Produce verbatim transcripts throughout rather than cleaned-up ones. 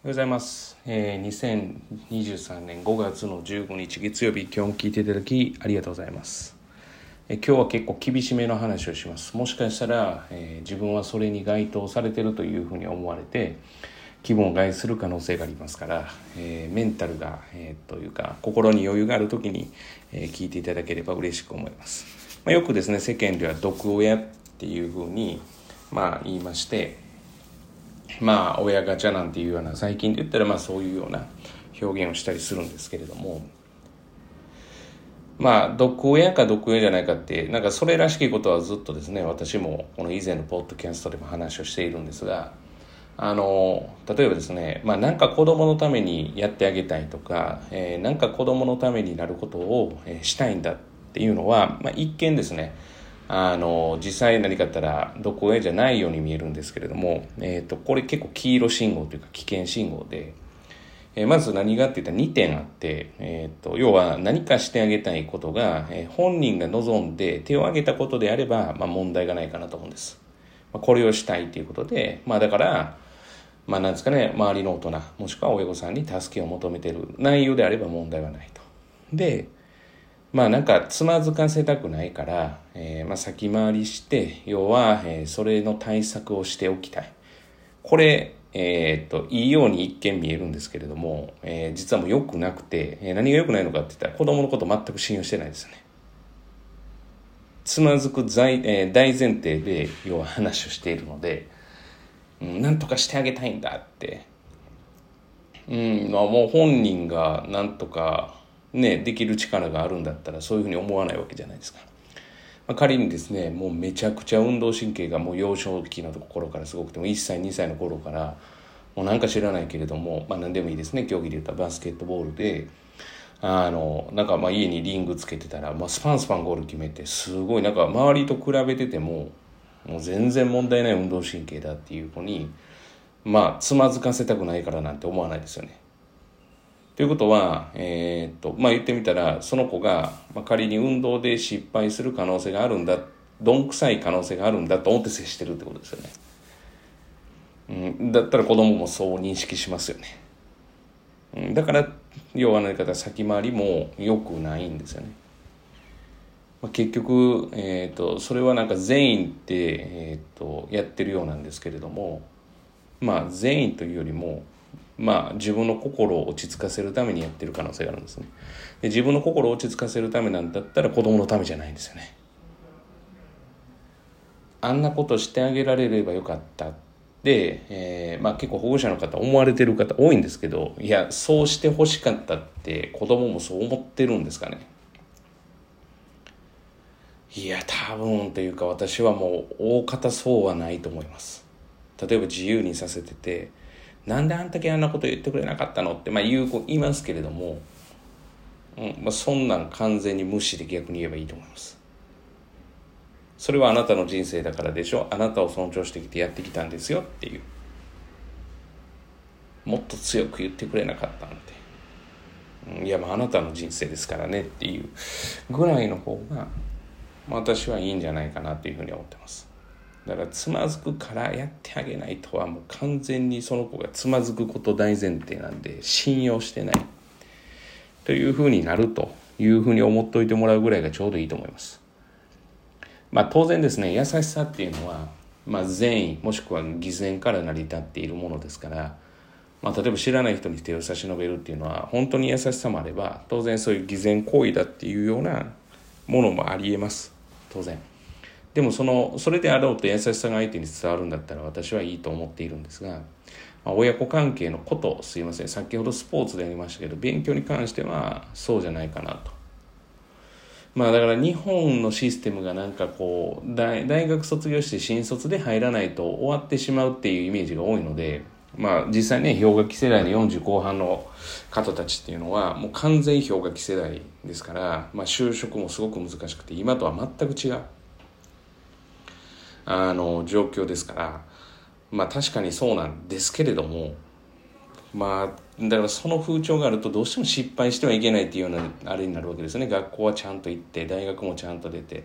おはようございます、えー、にせんにじゅうさんねんごがつのじゅうごにち月曜日、今日も聞いていただきありがとうございます。えー、今日は結構厳しめの話をします。もしかしたら、えー、自分はそれに該当されているというふうに思われて気分を害する可能性がありますから、えー、メンタルが、えー、というか心に余裕があるときに、えー、聞いていただければ嬉しく思います。まあ、よくですね、世間では毒親っていうふうに、まあ、言いまして、まあ親ガチャなんていうような、最近で言ったらまあそういうような表現をしたりするんですけれども、まあ毒親か毒親じゃないかって、なんかそれらしきことはずっとですね、私もこの以前のポッドキャストでも話をしているんですが、あの例えばですね、まあなんか子供のためにやってあげたいとか、えー、なんか子供のためになることをしたいんだっていうのは、まあ、一見ですね、あの実際何かあったら毒親じゃないように見えるんですけれども、えー、とこれ結構黄色信号というか危険信号で、えー、まず何がっていったらにてんあって、えー、と要は何かしてあげたいことが、えー、本人が望んで手を挙げたことであれば、まあ、問題がないかなと思うんです。まあ、これをしたいということで、まあ、だからまあなんですかね、周りの大人もしくは親御さんに助けを求めている内容であれば問題はないと。で、まあなんかつまずかせたくないから、えー、まあ先回りして、要は、えー、それの対策をしておきたい。これ、えー、っといいように一見見えるんですけれども、えー、実はもう良くなくて、えー、何が良くないのかって言ったら子供のこと全く信用してないですよね。つまずく大、えー、大前提で要は話をしているので、うん、なんとかしてあげたいんだって、うん、まあ、もう本人がなんとかねできる力があるんだったらそういうふうに思わないわけじゃないですか。まあ、仮にですね、もうめちゃくちゃ運動神経がもう幼少期の頃からすごくてもいっさいにさいの頃からもうなんか知らないけれども、まあ何でもいいですね、競技で言ったらバスケットボールで、あのなんかまあ家にリングつけてたら、まあ、スパンスパンゴール決めて、すごいなんか周りと比べててももう全然問題ない運動神経だっていう子に、まあつまずかせたくないからなんて思わないですよね。ということは、えー、っとまあ言ってみたら、その子が、まあ、仮に運動で失敗する可能性があるんだ、どんくさい可能性があるんだと思って接してるってことですよね。うん、だったら子供もそう認識しますよね。うん、だから要は何か先回りも良くないんですよね。まあ、結局、えー、とそれはなんか全員って、えー、とやってるようなんですけれども、まあ全員というよりも、まあ自分の心を落ち着かせるためにやってる可能性があるんですね。で、自分の心を落ち着かせるためなんだったら子供のためじゃないんですよね。あんなことしてあげられればよかったで、えーまあ、結構保護者の方思われてる方多いんですけど、いやそうしてほしかったって子供もそう思ってるんですかね。いや多分というか、私はもう大方そうはないと思います。例えば自由にさせてて、なんであん時あんなこと言ってくれなかったのって、まあ、言う子いますけれども、うんまあ、そんなん完全に無視で逆に言えばいいと思います。それはあなたの人生だからでしょ、あなたを尊重してきてやってきたんですよっていう、もっと強く言ってくれなかったなんて、うん、いやまああなたの人生ですからねっていうぐらいの方が、まあ、私はいいんじゃないかなというふうに思ってます。だからつまずくからやってあげないとは、もう完全にその子がつまずくこと大前提なんで信用してないというふうになるというふうに思っておいてもらうぐらいがちょうどいいと思います。まあ当然ですね、優しさっていうのは、まあ、善意もしくは偽善から成り立っているものですから、まあ、例えば知らない人に手を差し伸べるっていうのは本当に優しさもあれば、当然そういう偽善行為だっていうようなものもありえます、当然。でもそのそれであろうと優しさが相手に伝わるんだったら私はいいと思っているんですが、まあ、親子関係のこと、すいません、先ほどスポーツでありましたけど、勉強に関してはそうじゃないかなと。まあだから日本のシステムがなんかこう 大, 大学卒業して新卒で入らないと終わってしまうっていうイメージが多いので、まあ実際ね、氷河期世代のよんじゅう後半の方たちっていうのはもう完全氷河期世代ですから、まあ、就職もすごく難しくて今とは全く違うあの状況ですから、まあ確かにそうなんですけれども、まあだからその風潮があるとどうしても失敗してはいけないっていうようなあれになるわけですね。学校はちゃんと行って大学もちゃんと出て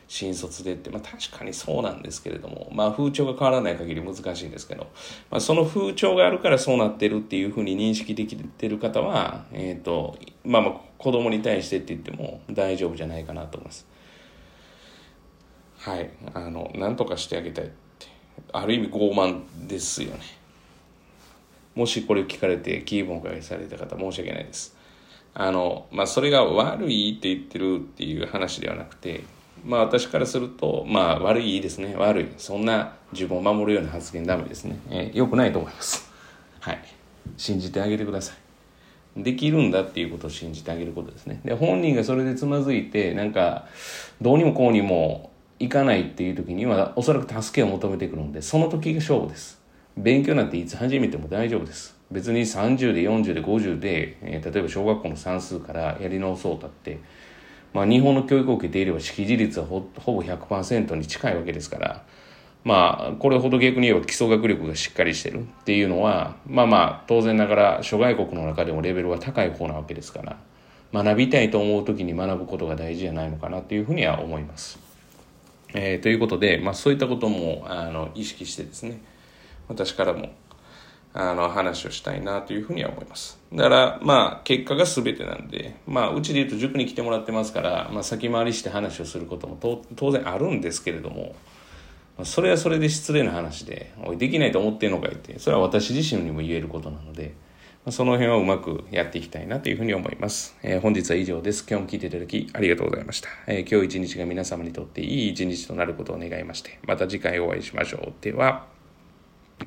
新卒でって、まあ、確かにそうなんですけれども、まあ、風潮が変わらない限り難しいんですけど、まあ、その風潮があるからそうなってるっていうふうに認識できてる方は、えーとまあ、まあ子供に対してって言っても大丈夫じゃないかなと思います。はい、あの何とかしてあげたいってある意味傲慢ですよね。もしこれを聞かれて気分を害された方申し訳ないです。あの、まあ、それが悪いって言ってるっていう話ではなくて、まあ私からすると、まあ悪いですね。悪い。そんな自分を守るような発言ダメですね。えー、良くないと思います。はい。信じてあげてください。できるんだっていうことを信じてあげることですね。で、本人がそれでつまずいて、なんか、どうにもこうにもいかないっていう時には、おそらく助けを求めてくるんで、その時が勝負です。勉強なんていつ始めても大丈夫です。別にさんじゅうでよんじゅうでごじゅうで、えー、例えば小学校の算数からやり直そうたって、まあ、日本の教育を受けていれば識字率は ほ, ほぼ ひゃくパーセント に近いわけですから、まあ、これほど逆に言えば基礎学力がしっかりしてるっていうのは、まあまあ、当然ながら諸外国の中でもレベルは高い方なわけですから、学びたいと思う時に学ぶことが大事じゃないのかなというふうには思います。えー、ということで、まあ、そういったこともあの意識してですね、私からもあの話をしたいなというふうには思います。だからまあ結果が全てなんで、まあうちで言うと塾に来てもらってますから、まあ、先回りして話をすることも当然あるんですけれども、それはそれで失礼な話で、おいできないと思ってんのかいって、それは私自身にも言えることなので、その辺はうまくやっていきたいなというふうに思います。えー、本日は以上です。今日も聞いていただきありがとうございました。えー、今日一日が皆様にとっていい一日となることを願いまして、また次回お会いしましょう。では。